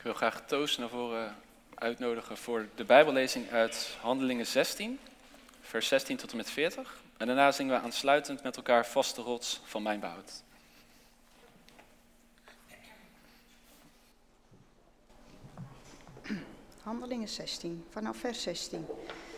wil graag Toos naar voren uitnodigen voor de Bijbellezing uit Handelingen 16, vers 16 tot en met 40. En daarna zingen we aansluitend met elkaar Vaste rots van mijn behoud. Handelingen 16, vanaf vers 16.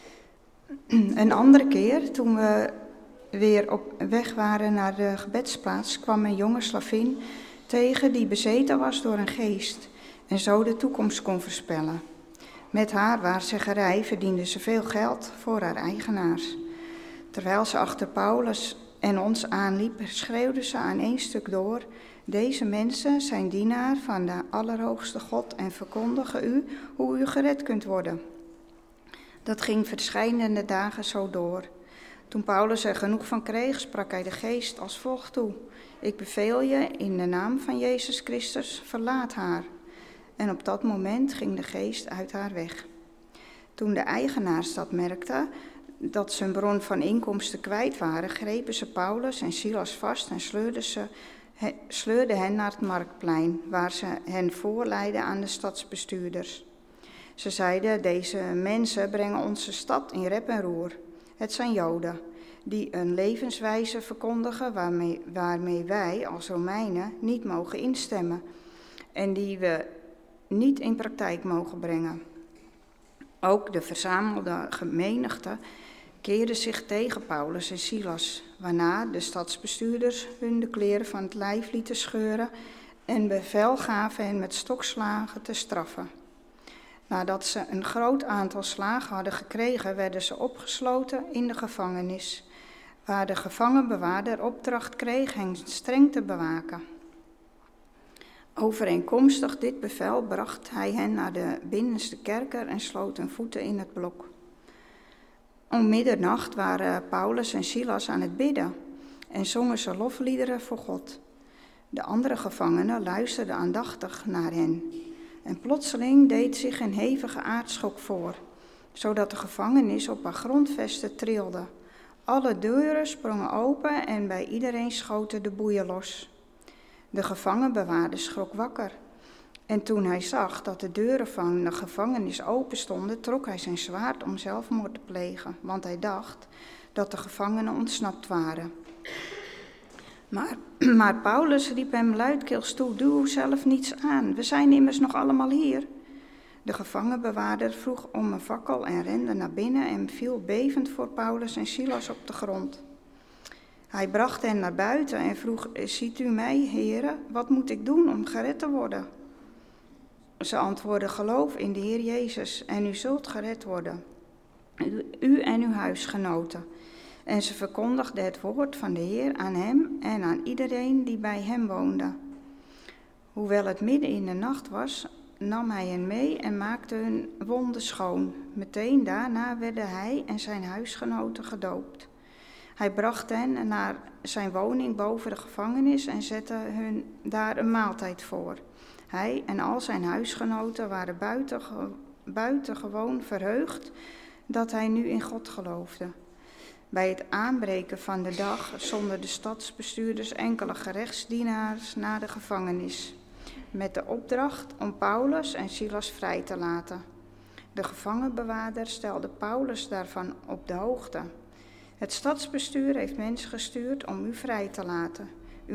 Een andere keer, toen we weer op weg waren naar de gebedsplaats, kwam een jonge slavin tegen die bezeten was door een geest en zo de toekomst kon voorspellen. Met haar waarzeggerij verdiende ze veel geld voor haar eigenaars. Terwijl ze achter Paulus en ons aanliep, schreeuwde ze aan één stuk door: deze mensen zijn dienaar van de Allerhoogste God en verkondigen u hoe u gered kunt worden. Dat ging verscheidene dagen zo door. Toen Paulus er genoeg van kreeg, sprak hij de geest als volgt toe: ik beveel je in de naam van Jezus Christus, verlaat haar. En op dat moment ging de geest uit haar weg. Toen de eigenaars dat merkten, dat ze een bron van inkomsten kwijt waren, grepen ze Paulus en Silas vast en sleurden hen naar het marktplein, waar ze hen voorleidden aan de stadsbestuurders. Ze zeiden: deze mensen brengen onze stad in rep en roer. Het zijn Joden, die een levenswijze verkondigen waarmee wij als Romeinen niet mogen instemmen en die we niet in praktijk mogen brengen. Ook de verzamelde menigte keerde zich tegen Paulus en Silas, waarna de stadsbestuurders hun de kleren van het lijf lieten scheuren en bevel gaven hen met stokslagen te straffen. Nadat ze een groot aantal slagen hadden gekregen, werden ze opgesloten in de gevangenis, waar de gevangenbewaarder opdracht kreeg hen streng te bewaken. Overeenkomstig dit bevel bracht hij hen naar de binnenste kerker en sloot hun voeten in het blok. Om middernacht waren Paulus en Silas aan het bidden en zongen ze lofliederen voor God. De andere gevangenen luisterden aandachtig naar hen. En plotseling deed zich een hevige aardschok voor, zodat de gevangenis op haar grondvesten trilde. Alle deuren sprongen open en bij iedereen schoten de boeien los. De gevangenbewaarder schrok wakker. En toen hij zag dat de deuren van de gevangenis open stonden, trok hij zijn zwaard om zelfmoord te plegen, want hij dacht dat de gevangenen ontsnapt waren. Maar Paulus riep hem luidkeels toe: doe zelf niets aan, we zijn immers nog allemaal hier. De gevangenbewaarder vroeg om een fakkel en rende naar binnen en viel bevend voor Paulus en Silas op de grond. Hij bracht hen naar buiten en vroeg: ziet u mij, heren, wat moet ik doen om gered te worden? Ze antwoordden: geloof in de Heer Jezus en u zult gered worden, u en uw huisgenoten. En ze verkondigden het woord van de Heer aan hem en aan iedereen die bij hem woonde. Hoewel het midden in de nacht was, nam hij hen mee en maakte hun wonden schoon. Meteen daarna werden hij en zijn huisgenoten gedoopt. Hij bracht hen naar zijn woning boven de gevangenis en zette hun daar een maaltijd voor. Hij en al zijn huisgenoten waren buitengewoon verheugd dat hij nu in God geloofde. Bij het aanbreken van de dag zonden de stadsbestuurders enkele gerechtsdienaars naar de gevangenis, met de opdracht om Paulus en Silas vrij te laten. De gevangenbewaarder stelde Paulus daarvan op de hoogte. Het stadsbestuur heeft mensen gestuurd om u vrij te laten.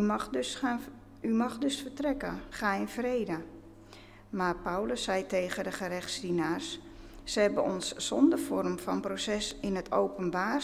U mag dus vertrekken, ga in vrede. Maar Paulus zei tegen de gerechtsdienaars: ze hebben ons zonder vorm van proces in het openbaar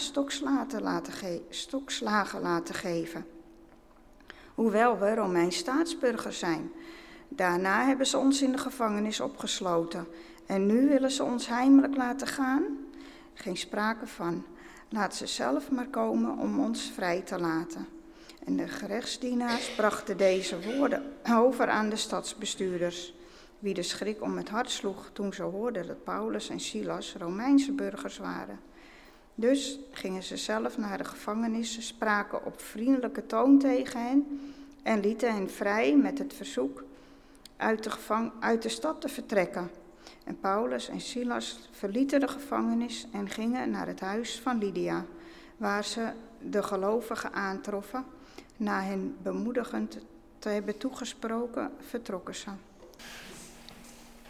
stokslagen laten geven. Hoewel we Romeins staatsburgers zijn. Daarna hebben ze ons in de gevangenis opgesloten. En nu willen ze ons heimelijk laten gaan? Geen sprake van. Laat ze zelf maar komen om ons vrij te laten. En de gerechtsdienaars brachten deze woorden over aan de stadsbestuurders, wie de schrik om het hart sloeg toen ze hoorden dat Paulus en Silas Romeinse burgers waren. Dus gingen ze zelf naar de gevangenis, spraken op vriendelijke toon tegen hen en lieten hen vrij met het verzoek uit de stad te vertrekken. En Paulus en Silas verlieten de gevangenis en gingen naar het huis van Lydia, waar ze de gelovigen aantroffen. Na hen bemoedigend te hebben toegesproken, vertrokken ze.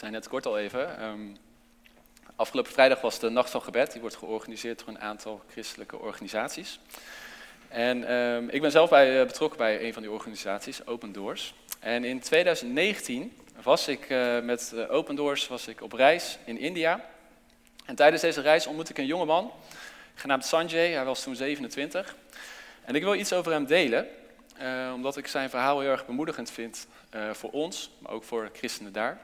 zei net kort al even. Afgelopen vrijdag was de Nacht van Gebed. Die wordt georganiseerd door een aantal christelijke organisaties. En ik ben zelf betrokken bij een van die organisaties, Open Doors. En in 2019 was ik met Open Doors op reis in India. En tijdens deze reis ontmoette ik een jongeman, genaamd Sanjay. Hij was toen 27. En ik wil iets over hem delen, omdat ik zijn verhaal heel erg bemoedigend vind voor ons, maar ook voor christenen daar.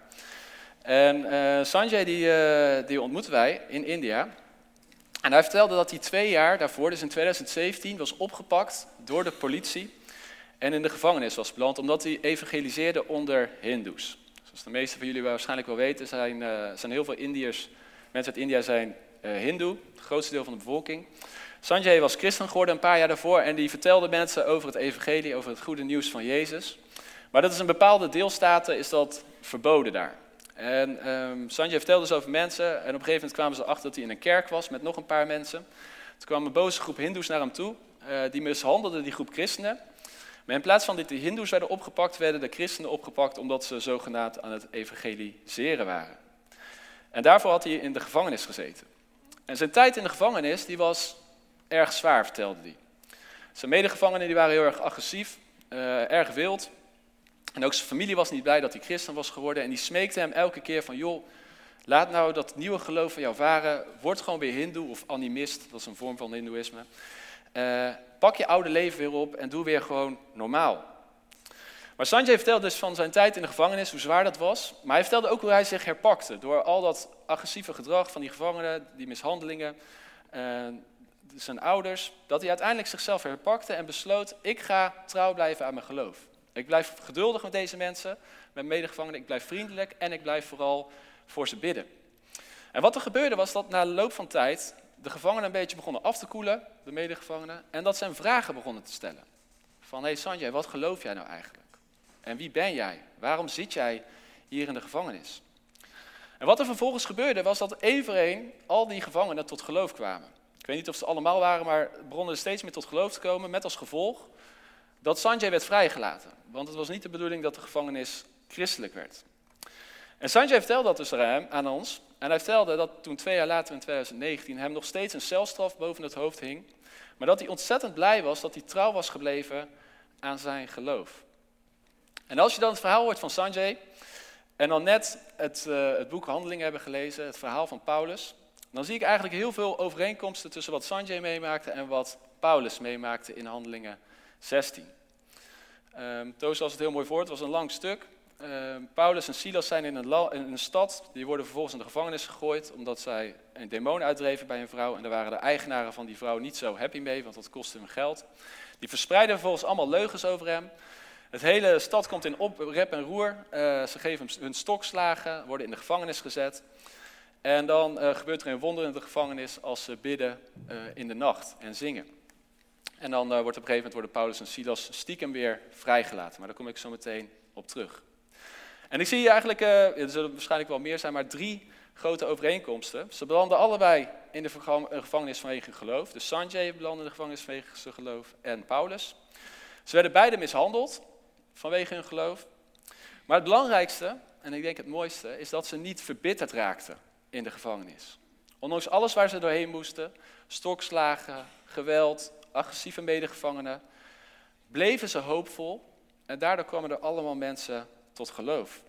En Sanjay die ontmoetten wij in India. En hij vertelde dat hij 2 jaar daarvoor, dus in 2017, was opgepakt door de politie en in de gevangenis was beland, omdat hij evangeliseerde onder Hindoes. Zoals de meesten van jullie waarschijnlijk wel weten, zijn heel veel Indiërs, mensen uit India zijn Hindoe, het grootste deel van de bevolking. Sanjay was christen geworden een paar jaar daarvoor en die vertelde mensen over het evangelie, over het goede nieuws van Jezus. Maar dat is in bepaalde deelstaten is dat verboden daar. En Sanjay vertelde dus over mensen en op een gegeven moment kwamen ze erachter dat hij in een kerk was met nog een paar mensen. Toen kwam een boze groep Hindoes naar hem toe, die mishandelden die groep christenen. Maar in plaats van dat de Hindoes werden opgepakt, werden de christenen opgepakt omdat ze zogenaamd aan het evangeliseren waren. En daarvoor had hij in de gevangenis gezeten. En zijn tijd in de gevangenis die was erg zwaar, vertelde hij. Zijn medegevangenen die waren heel erg agressief, erg wild. En ook zijn familie was niet blij dat hij christen was geworden. En die smeekte hem elke keer van, joh, laat nou dat nieuwe geloof van jou varen. Word gewoon weer hindoe of animist, dat is een vorm van hindoeïsme. Pak je oude leven weer op en doe weer gewoon normaal. Maar Sanjay vertelde dus van zijn tijd in de gevangenis, hoe zwaar dat was. Maar hij vertelde ook hoe hij zich herpakte door al dat agressieve gedrag van die gevangenen, die mishandelingen, zijn ouders. Dat hij uiteindelijk zichzelf herpakte en besloot, ik ga trouw blijven aan mijn geloof. Ik blijf geduldig met deze mensen, met medegevangenen, ik blijf vriendelijk en ik blijf vooral voor ze bidden. En wat er gebeurde was dat na de loop van tijd de gevangenen een beetje begonnen af te koelen, de medegevangenen, en dat ze hem vragen begonnen te stellen. Van, hey Sanjay, wat geloof jij nou eigenlijk? En wie ben jij? Waarom zit jij hier in de gevangenis? En wat er vervolgens gebeurde was dat één voor één al die gevangenen tot geloof kwamen. Ik weet niet of ze allemaal waren, maar begonnen er steeds meer tot geloof te komen, met als gevolg dat Sanjay werd vrijgelaten. Want het was niet de bedoeling dat de gevangenis christelijk werd. En Sanjay vertelde dat dus aan ons. En hij vertelde dat toen 2 jaar later in 2019 hem nog steeds een celstraf boven het hoofd hing. Maar dat hij ontzettend blij was dat hij trouw was gebleven aan zijn geloof. En als je dan het verhaal hoort van Sanjay en dan net het boek Handelingen hebben gelezen, het verhaal van Paulus, dan zie ik eigenlijk heel veel overeenkomsten tussen wat Sanjay meemaakte en wat Paulus meemaakte in Handelingen 16. Toos las het heel mooi voor, het was een lang stuk. Paulus en Silas zijn in een stad, die worden vervolgens in de gevangenis gegooid, omdat zij een demon uitdreven bij een vrouw. En daar waren de eigenaren van die vrouw niet zo happy mee, want dat kostte hem geld. Die verspreiden vervolgens allemaal leugens over hem. Het hele stad komt in rep en roer. Ze geven hem hun stokslagen, worden in de gevangenis gezet. En dan gebeurt er een wonder in de gevangenis als ze bidden in de nacht en zingen. En dan wordt op een gegeven moment worden Paulus en Silas stiekem weer vrijgelaten. Maar daar kom ik zo meteen op terug. En ik zie hier eigenlijk, er zullen waarschijnlijk wel meer zijn, maar 3 grote overeenkomsten. Ze belanden allebei in de gevangenis vanwege hun geloof. Dus Sanjay belandde in de gevangenis vanwege zijn geloof en Paulus. Ze werden beide mishandeld vanwege hun geloof. Maar het belangrijkste, en ik denk het mooiste, is dat ze niet verbitterd raakten in de gevangenis. Ondanks alles waar ze doorheen moesten, stokslagen, geweld, agressieve medegevangenen, bleven ze hoopvol en daardoor kwamen er allemaal mensen tot geloof.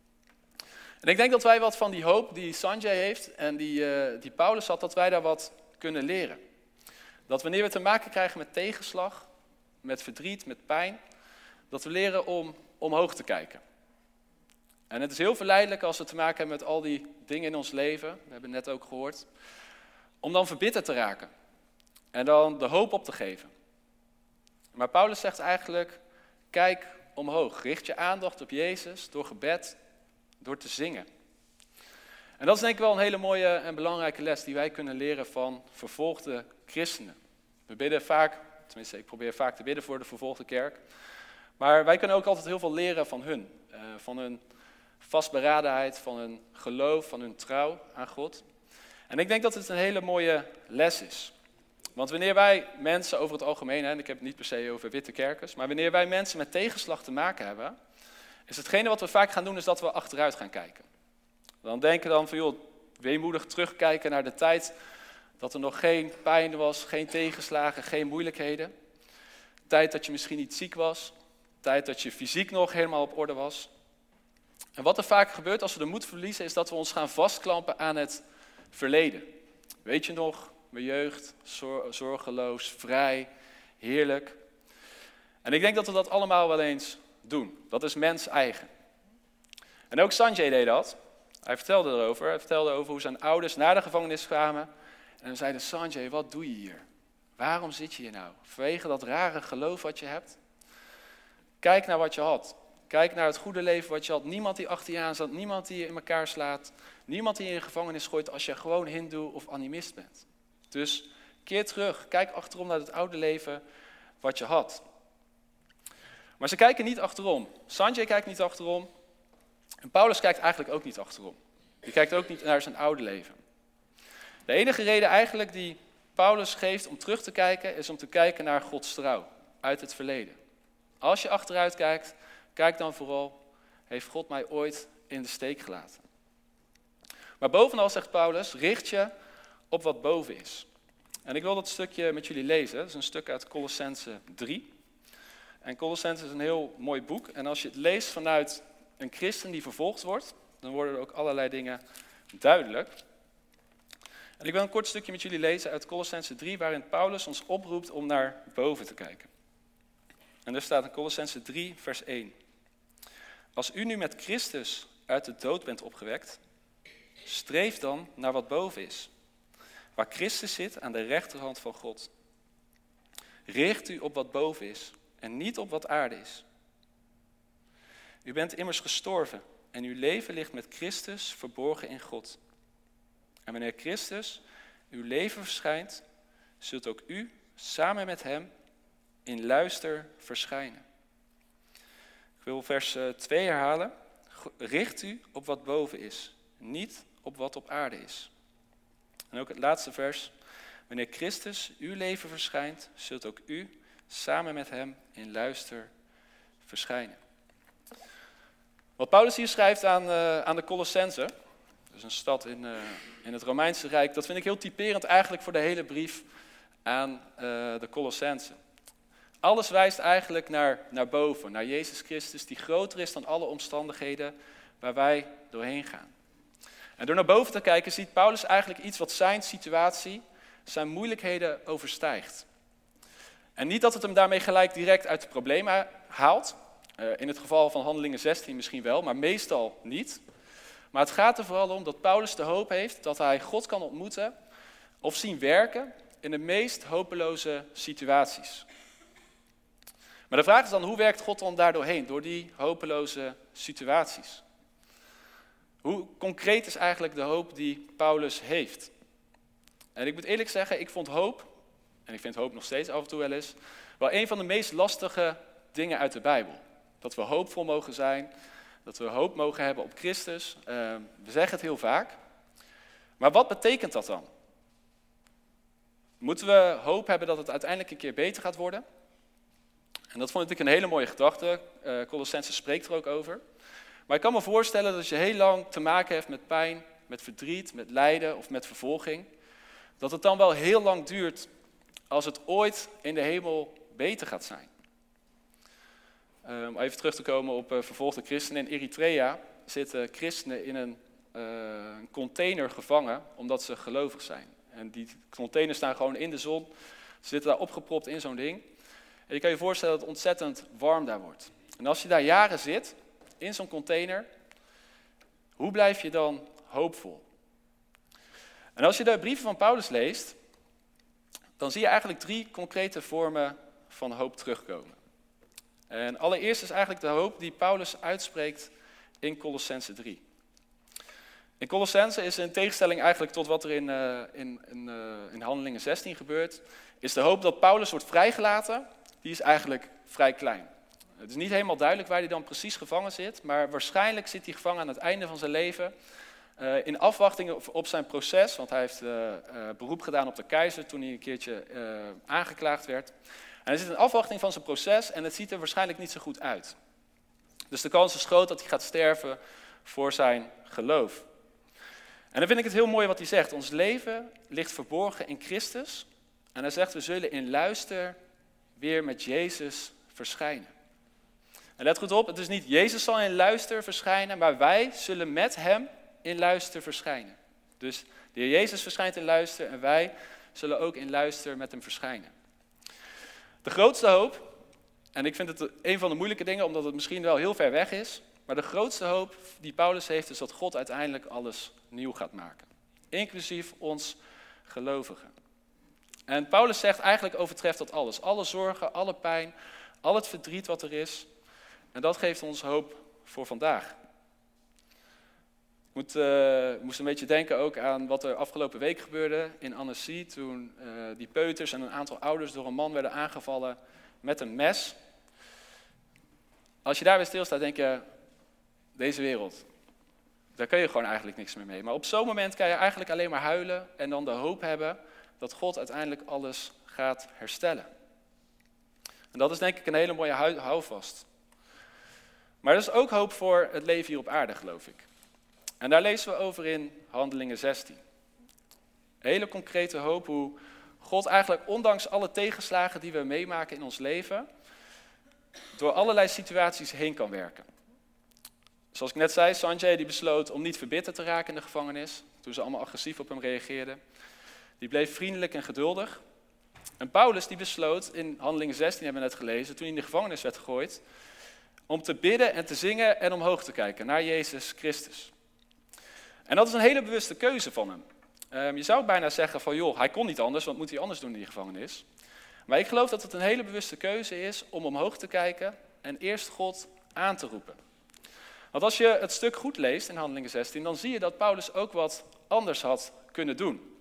En ik denk dat wij wat van die hoop die Sanjay heeft en die Paulus had, dat wij daar wat kunnen leren. Dat wanneer we te maken krijgen met tegenslag, met verdriet, met pijn, dat we leren om omhoog te kijken. En het is heel verleidelijk als we te maken hebben met al die dingen in ons leven, we hebben het net ook gehoord, om dan verbitterd te raken en dan de hoop op te geven. Maar Paulus zegt eigenlijk, kijk omhoog, richt je aandacht op Jezus door gebed, door te zingen. En dat is denk ik wel een hele mooie en belangrijke les die wij kunnen leren van vervolgde christenen. We bidden vaak, tenminste ik probeer vaak te bidden voor de vervolgde kerk, maar wij kunnen ook altijd heel veel leren van hun vastberadenheid, van hun geloof, van hun trouw aan God. En ik denk dat het een hele mooie les is. Want wanneer wij mensen over het algemeen, en ik heb het niet per se over witte kerkers, maar wanneer wij mensen met tegenslag te maken hebben, is hetgene wat we vaak gaan doen, is dat we achteruit gaan kijken. Dan denken dan van, joh, weemoedig terugkijken naar de tijd dat er nog geen pijn was, geen tegenslagen, geen moeilijkheden. Tijd dat je misschien niet ziek was. Tijd dat je fysiek nog helemaal op orde was. En wat er vaak gebeurt als we de moed verliezen, is dat we ons gaan vastklampen aan het verleden. Weet je nog, mijn jeugd, zorgeloos, vrij, heerlijk. En ik denk dat we dat allemaal wel eens doen. Dat is mens eigen. En ook Sanjay deed dat. Hij vertelde erover. Hij vertelde over hoe zijn ouders naar de gevangenis kwamen. En dan zeiden, Sanjay, wat doe je hier? Waarom zit je hier nou? Vanwege dat rare geloof wat je hebt? Kijk naar wat je had. Kijk naar het goede leven wat je had. Niemand die achter je aan zat, niemand die je in elkaar slaat. Niemand die je in de gevangenis gooit als je gewoon hindoe of animist bent. Dus keer terug, kijk achterom naar het oude leven wat je had. Maar ze kijken niet achterom. Sanjay kijkt niet achterom. En Paulus kijkt eigenlijk ook niet achterom. Die kijkt ook niet naar zijn oude leven. De enige reden eigenlijk die Paulus geeft om terug te kijken, is om te kijken naar Gods trouw uit het verleden. Als je achteruit kijkt, kijk dan vooral, heeft God mij ooit in de steek gelaten? Maar bovenal, zegt Paulus, richt je op wat boven is. En ik wil dat stukje met jullie lezen. Dat is een stuk uit Colossense 3. En Colossense is een heel mooi boek. En als je het leest vanuit een christen die vervolgd wordt, dan worden er ook allerlei dingen duidelijk. En ik wil een kort stukje met jullie lezen uit Colossense 3, waarin Paulus ons oproept om naar boven te kijken. En er staat in Colossense 3, vers 1. Als u nu met Christus uit de dood bent opgewekt, streef dan naar wat boven is, waar Christus zit aan de rechterhand van God. Richt u op wat boven is en niet op wat aarde is. U bent immers gestorven en uw leven ligt met Christus verborgen in God. En wanneer Christus uw leven verschijnt, zult ook u samen met hem in luister verschijnen. Ik wil vers 2 herhalen. Richt u op wat boven is, niet op wat op aarde is. En ook het laatste vers. Wanneer Christus uw leven verschijnt, zult ook u samen met hem in luister verschijnen. Wat Paulus hier schrijft aan de Colossense, dus een stad in het Romeinse Rijk, dat vind ik heel typerend eigenlijk voor de hele brief aan de Colossense. Alles wijst eigenlijk naar boven, naar Jezus Christus, die groter is dan alle omstandigheden waar wij doorheen gaan. En door naar boven te kijken ziet Paulus eigenlijk iets wat zijn situatie, zijn moeilijkheden overstijgt. En niet dat het hem daarmee gelijk direct uit de problemen haalt. In het geval van Handelingen 16 misschien wel, maar meestal niet. Maar het gaat er vooral om dat Paulus de hoop heeft dat hij God kan ontmoeten of zien werken in de meest hopeloze situaties. Maar de vraag is dan, hoe werkt God dan daardoorheen, door die hopeloze situaties? Hoe concreet is eigenlijk de hoop die Paulus heeft? En ik moet eerlijk zeggen, ik vond hoop, en ik vind hoop nog steeds af en toe wel eens, wel een van de meest lastige dingen uit de Bijbel. Dat we hoopvol mogen zijn, dat we hoop mogen hebben op Christus. We zeggen het heel vaak. Maar wat betekent dat dan? Moeten we hoop hebben dat het uiteindelijk een keer beter gaat worden? En dat vond ik een hele mooie gedachte. Colossense spreekt er ook over. Maar ik kan me voorstellen dat als je heel lang te maken hebt met pijn, met verdriet, met lijden of met vervolging, dat het dan wel heel lang duurt als het ooit in de hemel beter gaat zijn. Om even terug te komen op vervolgde christenen. In Eritrea zitten christenen in een container gevangen omdat ze gelovig zijn. En die containers staan gewoon in de zon. Ze zitten daar opgepropt in zo'n ding. En je kan je voorstellen dat het ontzettend warm daar wordt. En als je daar jaren zit, in zo'n container, hoe blijf je dan hoopvol? En als je de brieven van Paulus leest, dan zie je eigenlijk 3 concrete vormen van hoop terugkomen. En allereerst is eigenlijk de hoop die Paulus uitspreekt in Colossense 3. In Colossense is in tegenstelling eigenlijk tot wat er in Handelingen 16 gebeurt, is de hoop dat Paulus wordt vrijgelaten, die is eigenlijk vrij klein. Het is niet helemaal duidelijk waar hij dan precies gevangen zit, maar waarschijnlijk zit hij gevangen aan het einde van zijn leven, in afwachting op zijn proces, want hij heeft beroep gedaan op de keizer toen hij een keertje aangeklaagd werd. En hij zit in afwachting van zijn proces en het ziet er waarschijnlijk niet zo goed uit. Dus de kans is groot dat hij gaat sterven voor zijn geloof. En dan vind ik het heel mooi wat hij zegt. Ons leven ligt verborgen in Christus. En hij zegt, we zullen in luister weer met Jezus verschijnen. En let goed op, het is niet Jezus zal in luister verschijnen, maar wij zullen met hem in luister verschijnen. Dus de Heer Jezus verschijnt in luister en wij zullen ook in luister met hem verschijnen. De grootste hoop, en ik vind het een van de moeilijke dingen, omdat het misschien wel heel ver weg is, maar de grootste hoop die Paulus heeft is dat God uiteindelijk alles nieuw gaat maken. Inclusief ons gelovigen. En Paulus zegt eigenlijk overtreft dat alles. Alle zorgen, alle pijn, al het verdriet wat er is. En dat geeft ons hoop voor vandaag. Ik moest een beetje denken ook aan wat er afgelopen week gebeurde in Annecy. Toen die peuters en een aantal ouders door een man werden aangevallen met een mes. Als je daarbij stilstaat, denk je, deze wereld, daar kun je gewoon eigenlijk niks meer mee. Maar op zo'n moment kan je eigenlijk alleen maar huilen en dan de hoop hebben dat God uiteindelijk alles gaat herstellen. En dat is denk ik een hele mooie houvast. Maar er is ook hoop voor het leven hier op aarde, geloof ik. En daar lezen we over in Handelingen 16. Een hele concrete hoop hoe God eigenlijk ondanks alle tegenslagen die we meemaken in ons leven, door allerlei situaties heen kan werken. Zoals ik net zei, Sanjay die besloot om niet verbitterd te raken in de gevangenis, toen ze allemaal agressief op hem reageerden. Die bleef vriendelijk en geduldig. En Paulus die besloot, in Handelingen 16 hebben we net gelezen, toen hij in de gevangenis werd gegooid, om te bidden en te zingen en omhoog te kijken naar Jezus Christus. En dat is een hele bewuste keuze van hem. Je zou bijna zeggen van joh, hij kon niet anders, wat moet hij anders doen in die gevangenis? Maar ik geloof dat het een hele bewuste keuze is om omhoog te kijken en eerst God aan te roepen. Want als je het stuk goed leest in Handelingen 16, dan zie je dat Paulus ook wat anders had kunnen doen.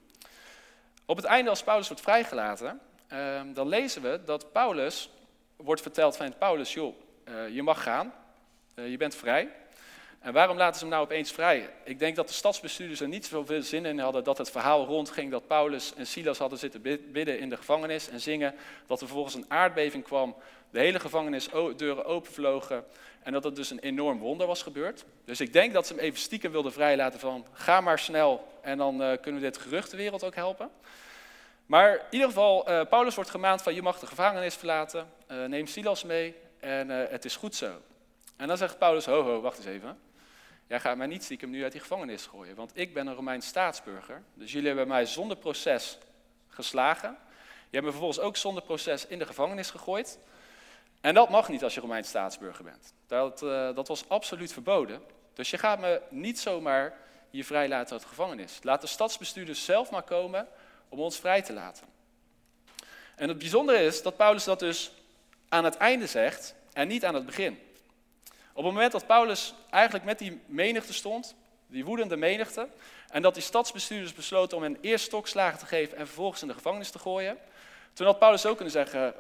Op het einde, als Paulus wordt vrijgelaten, dan lezen we dat Paulus, wordt verteld van Paulus, joh, je mag gaan, je bent vrij. En waarom laten ze hem nou opeens vrij? Ik denk dat de stadsbestuurders er niet zoveel zin in hadden dat het verhaal rondging dat Paulus en Silas hadden zitten bidden in de gevangenis en zingen, dat er vervolgens een aardbeving kwam, de hele gevangenisdeuren openvlogen en dat het dus een enorm wonder was gebeurd. Dus ik denk dat ze hem even stiekem wilden vrijlaten van ga maar snel en dan kunnen we dit geruchtenwereld ook helpen. Maar in ieder geval, Paulus wordt gemaand van je mag de gevangenis verlaten, neem Silas mee en het is goed zo. En dan zegt Paulus, ho, wacht eens even. Jij gaat mij niet stiekem nu uit die gevangenis gooien, want ik ben een Romeins staatsburger. Dus jullie hebben mij zonder proces geslagen. Je hebt me vervolgens ook zonder proces in de gevangenis gegooid. En dat mag niet als je Romeins staatsburger bent. Dat was absoluut verboden. Dus je gaat me niet zomaar hier vrijlaten uit de gevangenis. Laat de stadsbestuurders zelf maar komen om ons vrij te laten. En het bijzondere is dat Paulus dat dus aan het einde zegt en niet aan het begin. Op het moment dat Paulus eigenlijk met die menigte stond, die woedende menigte, en dat die stadsbestuurders besloten om hen eerst stokslagen te geven en vervolgens in de gevangenis te gooien, toen had Paulus ook kunnen zeggen,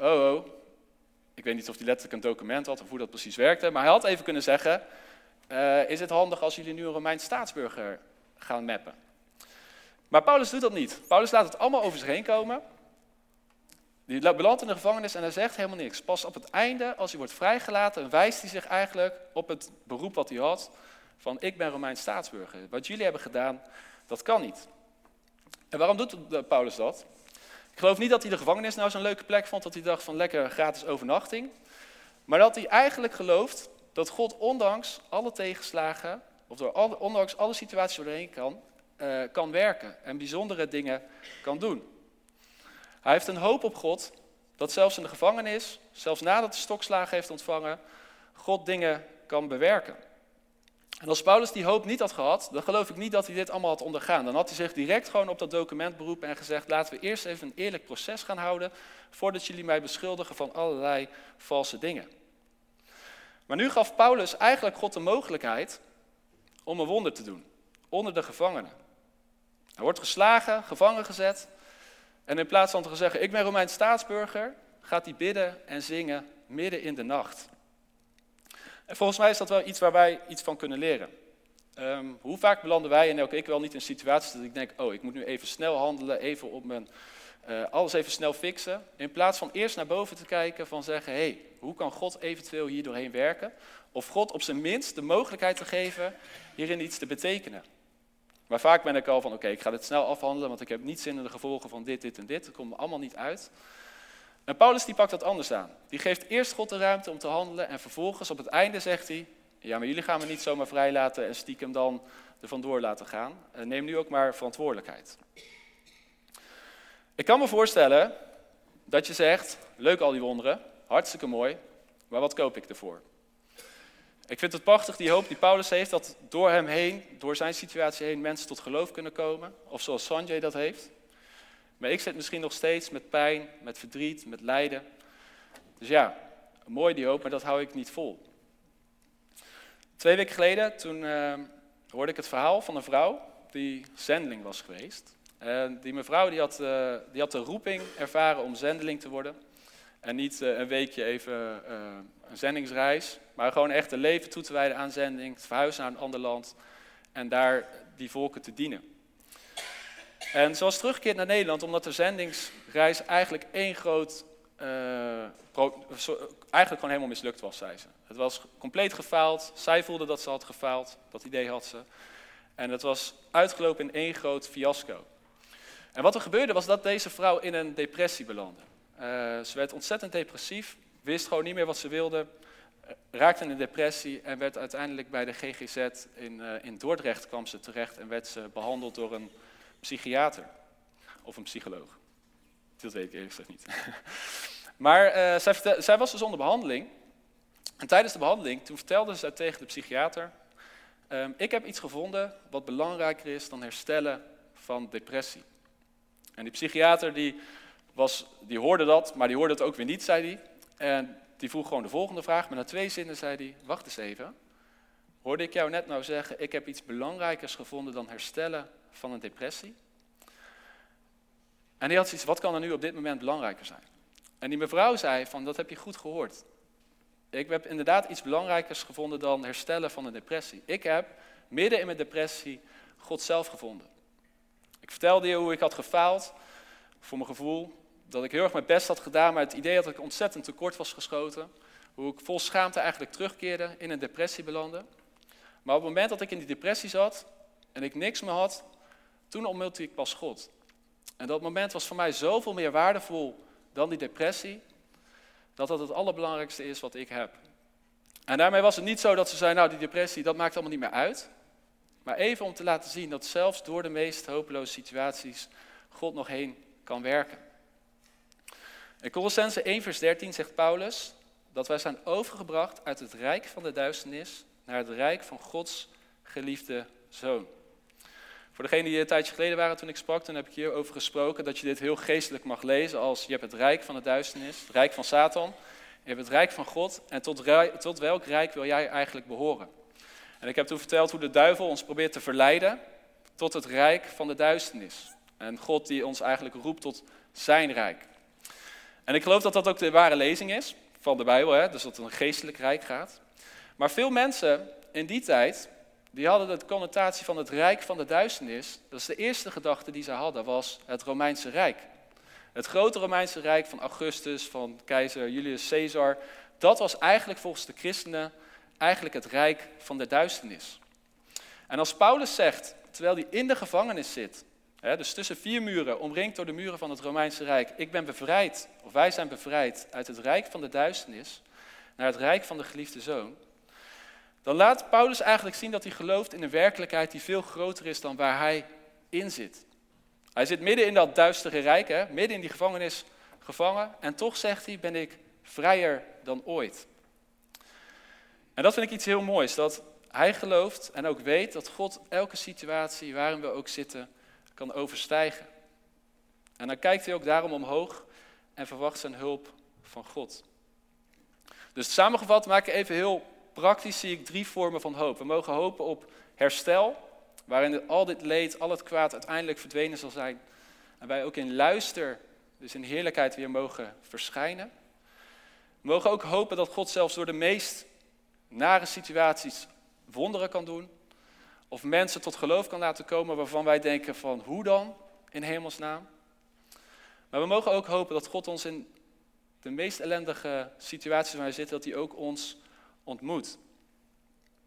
ik weet niet of hij letterlijk een document had of hoe dat precies werkte, maar hij had even kunnen zeggen, is het handig als jullie nu een Romeins staatsburger gaan mappen? Maar Paulus doet dat niet. Paulus laat het allemaal over zich heen komen. Die belandt in de gevangenis en hij zegt helemaal niks. Pas op het einde, als hij wordt vrijgelaten, wijst hij zich eigenlijk op het beroep wat hij had. Van ik ben Romeins staatsburger. Wat jullie hebben gedaan, dat kan niet. En waarom doet Paulus dat? Ik geloof niet dat hij de gevangenis nou zo'n leuke plek vond. Dat hij dacht van lekker gratis overnachting. Maar dat hij eigenlijk gelooft dat God ondanks alle tegenslagen, of ondanks alle situaties doorheen kan werken. En bijzondere dingen kan doen. Hij heeft een hoop op God, dat zelfs in de gevangenis, zelfs nadat hij stokslagen heeft ontvangen, God dingen kan bewerken. En als Paulus die hoop niet had gehad, dan geloof ik niet dat hij dit allemaal had ondergaan. Dan had hij zich direct gewoon op dat document beroepen en gezegd, laten we eerst even een eerlijk proces gaan houden, voordat jullie mij beschuldigen van allerlei valse dingen. Maar nu gaf Paulus eigenlijk God de mogelijkheid om een wonder te doen, onder de gevangenen. Hij wordt geslagen, gevangen gezet. En in plaats van te zeggen, ik ben Romeins staatsburger, gaat hij bidden en zingen midden in de nacht. En volgens mij is dat wel iets waar wij iets van kunnen leren. Hoe vaak belanden wij, en ook ik wel niet in situaties dat ik denk, ik moet nu even snel handelen, even op alles even snel fixen. In plaats van eerst naar boven te kijken, van zeggen, hoe kan God eventueel hier doorheen werken? Of God op zijn minst de mogelijkheid te geven hierin iets te betekenen. Maar vaak ben ik al van, oké, ik ga dit snel afhandelen, want ik heb niet zin in de gevolgen van dit, dit en dit. Het komt me allemaal niet uit. En Paulus die pakt dat anders aan. Die geeft eerst God de ruimte om te handelen en vervolgens op het einde zegt hij, ja, maar jullie gaan me niet zomaar vrijlaten en stiekem dan er vandoor laten gaan. Neem nu ook maar verantwoordelijkheid. Ik kan me voorstellen dat je zegt, leuk al die wonderen, hartstikke mooi, maar wat koop ik ervoor? Ik vind het prachtig, die hoop die Paulus heeft, dat door hem heen, door zijn situatie heen, mensen tot geloof kunnen komen. Of zoals Sanjay dat heeft. Maar ik zit misschien nog steeds met pijn, met verdriet, met lijden. Dus ja, mooi die hoop, maar dat hou ik niet vol. 2 weken geleden, toen hoorde ik het verhaal van een vrouw die zendeling was geweest. En die mevrouw die had de roeping ervaren om zendeling te worden. En niet een weekje even een zendingsreis, maar gewoon echt een leven toe te wijden aan zending, het verhuizen naar een ander land en daar die volken te dienen. En ze was teruggekeerd naar Nederland omdat de zendingsreis eigenlijk eigenlijk gewoon helemaal mislukt was, zei ze. Het was compleet gefaald, zij voelde dat ze had gefaald, dat idee had ze. En het was uitgelopen in één groot fiasco. En wat er gebeurde was dat deze vrouw in een depressie belandde. Ze werd ontzettend depressief, wist gewoon niet meer wat ze wilde, raakte in een depressie en werd uiteindelijk bij de GGZ in Dordrecht kwam ze terecht en werd ze behandeld door een psychiater of een psycholoog. Dat weet ik eerlijk gezegd niet. Maar zij was dus onder behandeling en tijdens de behandeling, toen vertelde ze tegen de psychiater, ik heb iets gevonden wat belangrijker is dan herstellen van depressie. En die psychiater die hoorde dat, maar die hoorde het ook weer niet, zei hij. En die vroeg gewoon de volgende vraag, maar na 2 zinnen zei hij, wacht eens even. Hoorde ik jou net nou zeggen, ik heb iets belangrijkers gevonden dan herstellen van een depressie? En die had zoiets, wat kan er nu op dit moment belangrijker zijn? En die mevrouw zei van, dat heb je goed gehoord. Ik heb inderdaad iets belangrijkers gevonden dan herstellen van een depressie. Ik heb midden in mijn depressie God zelf gevonden. Ik vertelde je hoe ik had gefaald, voor mijn gevoel, dat ik heel erg mijn best had gedaan, maar het idee dat ik ontzettend tekort was geschoten. Hoe ik vol schaamte eigenlijk terugkeerde, in een depressie belandde. Maar op het moment dat ik in die depressie zat en ik niks meer had, toen ontmoette ik pas God. En dat moment was voor mij zoveel meer waardevol dan die depressie, dat dat het allerbelangrijkste is wat ik heb. En daarmee was het niet zo dat ze zei, nou die depressie, dat maakt allemaal niet meer uit. Maar even om te laten zien dat zelfs door de meest hopeloze situaties God nog heen kan werken. In Kolossenzen 1 vers 13 zegt Paulus dat wij zijn overgebracht uit het rijk van de duisternis naar het rijk van Gods geliefde Zoon. Voor degenen die een tijdje geleden waren toen ik sprak, toen heb ik hierover gesproken dat je dit heel geestelijk mag lezen als je hebt het rijk van de duisternis, het rijk van Satan, je hebt het rijk van God en tot welk rijk wil jij eigenlijk behoren? En ik heb toen verteld hoe de duivel ons probeert te verleiden tot het rijk van de duisternis. En God die ons eigenlijk roept tot zijn rijk. En ik geloof dat dat ook de ware lezing is van de Bijbel, hè? Dus dat het een geestelijk rijk gaat. Maar veel mensen in die tijd, die hadden de connotatie van het rijk van de duisternis. Dat is de eerste gedachte die ze hadden, was het Romeinse Rijk. Het grote Romeinse Rijk van Augustus, van keizer Julius Caesar. Dat was eigenlijk volgens de christenen eigenlijk het rijk van de duisternis. En als Paulus zegt, terwijl hij in de gevangenis zit, dus tussen 4 muren, omringd door de muren van het Romeinse Rijk, ik ben bevrijd, of wij zijn bevrijd uit het rijk van de duisternis naar het rijk van de geliefde Zoon, dan laat Paulus eigenlijk zien dat hij gelooft in een werkelijkheid die veel groter is dan waar hij in zit. Hij zit midden in dat duistere rijk, midden in die gevangenis gevangen, en toch zegt hij, ben ik vrijer dan ooit. En dat vind ik iets heel moois, dat hij gelooft en ook weet dat God elke situatie waarin we ook zitten kan overstijgen. En dan kijkt hij ook daarom omhoog en verwacht zijn hulp van God. Dus samengevat maak ik even heel praktisch, zie ik 3 vormen van hoop. We mogen hopen op herstel, waarin al dit leed, al het kwaad uiteindelijk verdwenen zal zijn. En wij ook in luister, dus in heerlijkheid weer mogen verschijnen. We mogen ook hopen dat God zelfs door de meest nare situaties wonderen kan doen. Of mensen tot geloof kan laten komen waarvan wij denken van hoe dan, in hemelsnaam. Maar we mogen ook hopen dat God ons in de meest ellendige situaties waar wij zitten, dat hij ook ons ontmoet.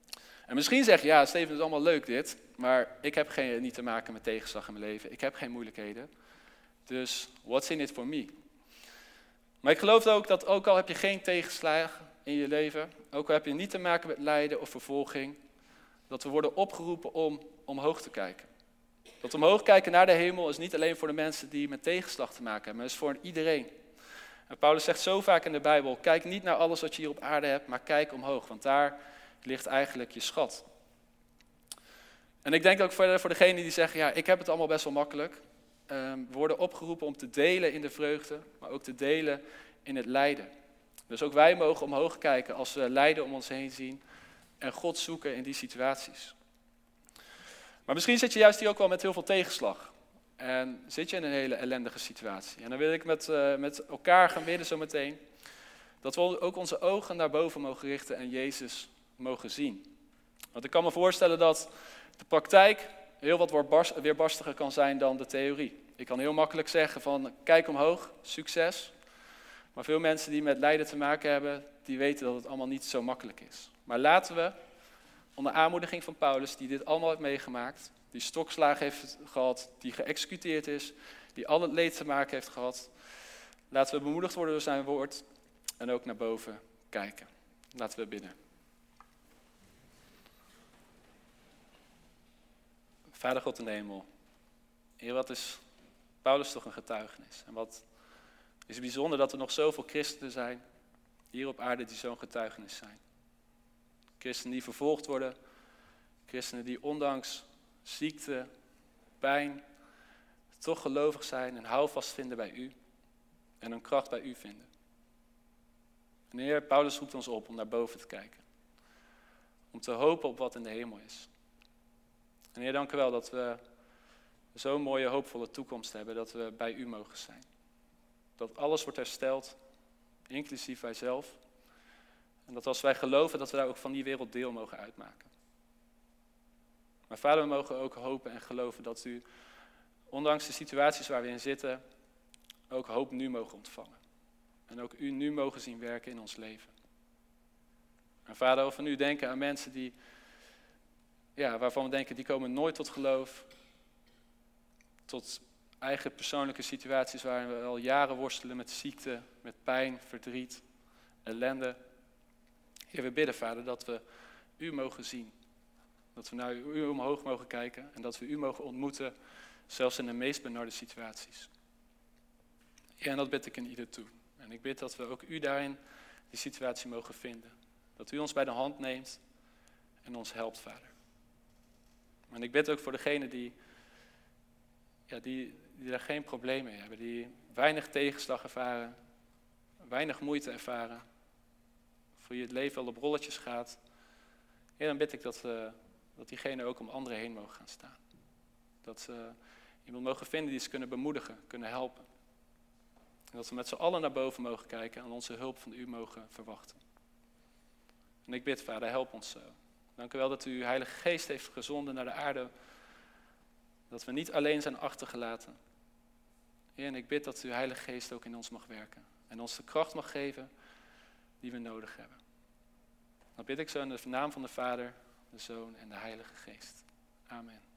En misschien zeg je, ja Steven, het is allemaal leuk dit, maar ik heb niet te maken met tegenslag in mijn leven. Ik heb geen moeilijkheden. Dus what's in it for me? Maar ik geloof ook dat ook al heb je geen tegenslag in je leven, ook al heb je niet te maken met lijden of vervolging, dat we worden opgeroepen om omhoog te kijken. Dat omhoog kijken naar de hemel is niet alleen voor de mensen die met tegenslag te maken hebben, maar is voor iedereen. En Paulus zegt zo vaak in de Bijbel, kijk niet naar alles wat je hier op aarde hebt, maar kijk omhoog, want daar ligt eigenlijk je schat. En ik denk ook voor degenen die zeggen, ja, ik heb het allemaal best wel makkelijk. We worden opgeroepen om te delen in de vreugde, maar ook te delen in het lijden. Dus ook wij mogen omhoog kijken als we lijden om ons heen zien en God zoeken in die situaties. Maar misschien zit je juist hier ook wel met heel veel tegenslag. En zit je in een hele ellendige situatie. En dan wil ik met elkaar gaan bidden zometeen. Dat we ook onze ogen naar boven mogen richten en Jezus mogen zien. Want ik kan me voorstellen dat de praktijk heel wat weerbarstiger kan zijn dan de theorie. Ik kan heel makkelijk zeggen van kijk omhoog, succes. Maar veel mensen die met lijden te maken hebben, die weten dat het allemaal niet zo makkelijk is. Maar laten we, onder aanmoediging van Paulus, die dit allemaal heeft meegemaakt, die stokslagen heeft gehad, die geëxecuteerd is, die al het leed te maken heeft gehad, laten we bemoedigd worden door zijn woord en ook naar boven kijken. Laten we bidden. Vader God in de hemel, Heer, wat is Paulus toch een getuigenis. En wat is bijzonder dat er nog zoveel christenen zijn hier op aarde die zo'n getuigenis zijn. Christenen die vervolgd worden, christenen die ondanks ziekte, pijn, toch gelovig zijn en houvast vinden bij u en hun kracht bij u vinden. En Heer, Paulus roept ons op om naar boven te kijken. Om te hopen op wat in de hemel is. En Heer, dank u wel dat we zo'n mooie, hoopvolle toekomst hebben, dat we bij u mogen zijn. Dat alles wordt hersteld, inclusief wij zelf. En dat als wij geloven, dat we daar ook van die wereld deel mogen uitmaken. Maar Vader, we mogen ook hopen en geloven dat u, ondanks de situaties waar we in zitten, ook hoop nu mogen ontvangen. En ook u nu mogen zien werken in ons leven. En Vader, of we nu denken aan mensen die, waarvan we denken, die komen nooit tot geloof, tot eigen persoonlijke situaties waar we al jaren worstelen met ziekte, met pijn, verdriet, ellende. Heer, we bidden, Vader, dat we u mogen zien. Dat we naar u omhoog mogen kijken en dat we u mogen ontmoeten, zelfs in de meest benarde situaties. Ja, en dat bid ik in ieder toe. En ik bid dat we ook u daarin die situatie mogen vinden. Dat u ons bij de hand neemt en ons helpt, Vader. En ik bid ook voor degenen die daar geen probleem mee hebben, die weinig tegenslag ervaren, weinig moeite ervaren, voor je het leven wel op rolletjes gaat. Ja, dan bid ik dat diegenen ook om anderen heen mogen gaan staan. Dat ze iemand mogen vinden die ze kunnen bemoedigen, kunnen helpen. En dat we met z'n allen naar boven mogen kijken en onze hulp van u mogen verwachten. En ik bid, Vader, help ons zo. Dank u wel dat u uw Heilige Geest heeft gezonden naar de aarde. Dat we niet alleen zijn achtergelaten. Heer, en ik bid dat uw Heilige Geest ook in ons mag werken. En ons de kracht mag geven die we nodig hebben. Dan bid ik zo in de naam van de Vader, de Zoon en de Heilige Geest. Amen.